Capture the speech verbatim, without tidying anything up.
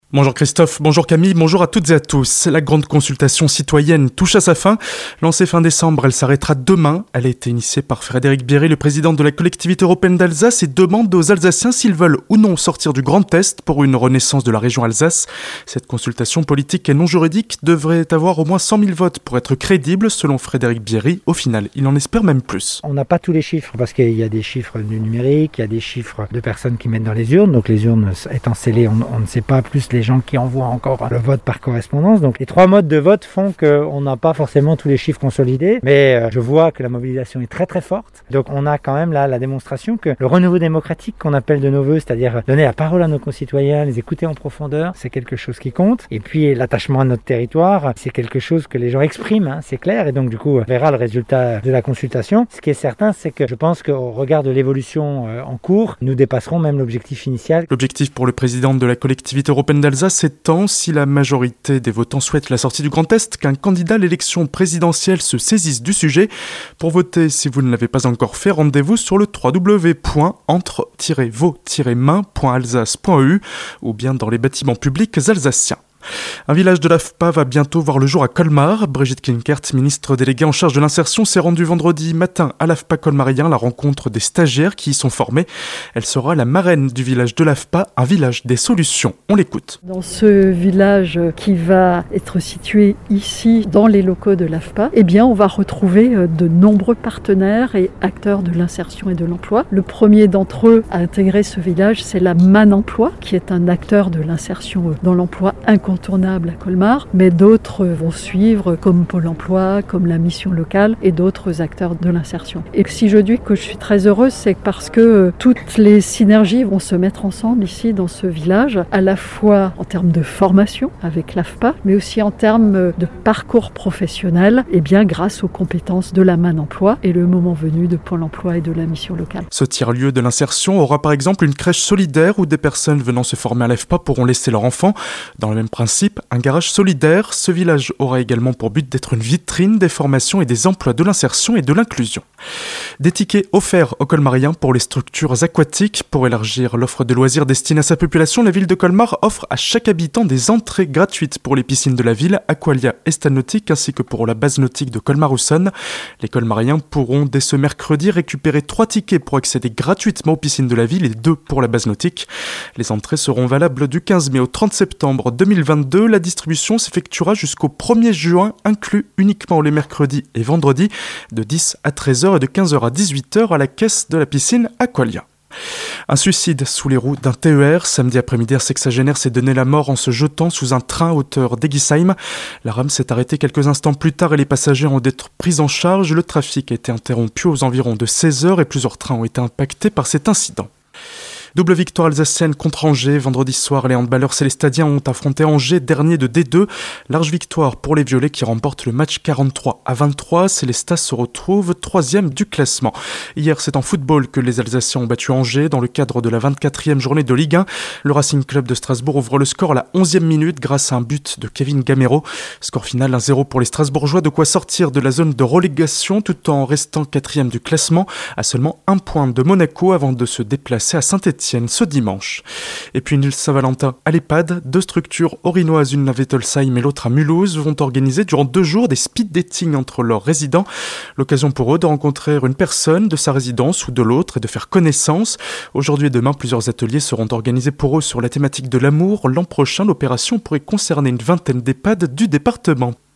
Bonjour Christophe, bonjour Camille, bonjour à toutes et à tous. La grande consultation citoyenne touche à sa fin. Lancée fin décembre, elle s'arrêtera demain. Elle a été initiée par Frédéric Bierry, le président de la collectivité européenne d'Alsace, et demande aux Alsaciens s'ils veulent ou non sortir du Grand Est pour une renaissance de la région Alsace. Cette consultation politique et non juridique devrait avoir au moins cent mille votes pour être crédible, selon Frédéric Bierry. Au final, il en espère même plus. On n'a pas tous les chiffres parce qu'il y a des chiffres du numérique, il y a des chiffres de personnes qui mettent dans les urnes. Donc les urnes étant scellées, on, on ne sait pas plus les gens qui envoient encore le vote par correspondance. Donc les trois modes de vote font qu'on n'a pas forcément tous les chiffres consolidés, mais euh, je vois que la mobilisation est très très forte. Donc on a quand même là la démonstration que le renouveau démocratique qu'on appelle de nos voeux, c'est-à-dire donner la parole à nos concitoyens, les écouter en profondeur, c'est quelque chose qui compte. Et puis l'attachement à notre territoire, c'est quelque chose que les gens expriment, hein, c'est clair. Et donc du coup, on verra le résultat de la consultation. Ce qui est certain, c'est que je pense qu'au regard de l'évolution euh, en cours, nous dépasserons même l'objectif initial. L'objectif pour le président de la collectivité européenne d'Alsace étant, si la majorité des votants souhaite la sortie du Grand Est, qu'un candidat à l'élection présidentielle se saisisse du sujet. Pour voter, si vous ne l'avez pas encore fait, rendez-vous sur le w w w point entre tiret vos tiret mains point alsace point e u ou bien dans les bâtiments publics alsaciens. Un village de l'A F P A va bientôt voir le jour à Colmar. Brigitte Klinkert, ministre déléguée en charge de l'insertion, s'est rendue vendredi matin à l'A F P A colmarien à la rencontre des stagiaires qui y sont formés. Elle sera la marraine du village de l'A F P A, un village des solutions. On l'écoute. Dans ce village qui va être situé ici, dans les locaux de l'A F P A, eh bien, on va retrouver de nombreux partenaires et acteurs de l'insertion et de l'emploi. Le premier d'entre eux à intégrer ce village, c'est la Man Emploi, qui est un acteur de l'insertion dans l'emploi incontournable incontournable à Colmar, mais d'autres vont suivre comme Pôle emploi, comme la mission locale et d'autres acteurs de l'insertion. Et si je dis que je suis très heureuse, c'est parce que toutes les synergies vont se mettre ensemble ici dans ce village, à la fois en termes de formation avec l'A F P A, mais aussi en termes de parcours professionnel, et bien grâce aux compétences de la Man Emploi et le moment venu de Pôle emploi et de la mission locale. Ce tiers-lieu de l'insertion aura par exemple une crèche solidaire où des personnes venant se former à l'A F P A pourront laisser leur enfant. Dans le même principe, un garage solidaire, ce village aura également pour but d'être une vitrine des formations et des emplois de l'insertion et de l'inclusion. Des tickets offerts aux Colmariens pour les structures aquatiques. Pour élargir l'offre de loisirs destinée à sa population, la ville de Colmar offre à chaque habitant des entrées gratuites pour les piscines de la ville, Aqualia et Stade Nautique, ainsi que pour la base nautique de Colmar-Auxonne. Les Colmariens pourront dès ce mercredi récupérer trois tickets pour accéder gratuitement aux piscines de la ville et deux pour la base nautique. Les entrées seront valables du quinze mai au trente septembre deux mille vingt-deux. La distribution s'effectuera jusqu'au premier juin, inclus uniquement les mercredis et vendredis, de dix à treize heures et de quinze heures à dix-huit heures à la caisse de la piscine Aqualia. Un suicide sous les roues d'un T E R. Samedi après-midi, un sexagénaire s'est donné la mort en se jetant sous un train à hauteur d'Egisheim. La rame s'est arrêtée quelques instants plus tard et les passagers ont été pris en charge. Le trafic a été interrompu aux environs de seize heures et plusieurs trains ont été impactés par cet incident. Double victoire alsacienne contre Angers. Vendredi soir, les handballeurs célestadiens ont affronté Angers, dernier de D deux. Large victoire pour les Violets qui remportent le match quarante-trois à vingt-trois. Célestas se retrouve troisième du classement. Hier, c'est en football que les Alsaciens ont battu Angers dans le cadre de la vingt-quatrième journée de Ligue un. Le Racing Club de Strasbourg ouvre le score à la onzième minute grâce à un but de Kevin Gamero. Score final un zéro pour les Strasbourgeois, de quoi sortir de la zone de relégation tout en restant quatrième du classement à seulement un point de Monaco avant de se déplacer à Saint-Étienne ce dimanche. Et puis Nils Saint-Valentin à l'EHPAD, deux structures orinoises, une à Wettolsheim et l'autre à Mulhouse, vont organiser durant deux jours des speed dating entre leurs résidents. L'occasion pour eux de rencontrer une personne de sa résidence ou de l'autre et de faire connaissance. Aujourd'hui et demain, plusieurs ateliers seront organisés pour eux sur la thématique de l'amour. L'an prochain, l'opération pourrait concerner une vingtaine d'EHPAD du département.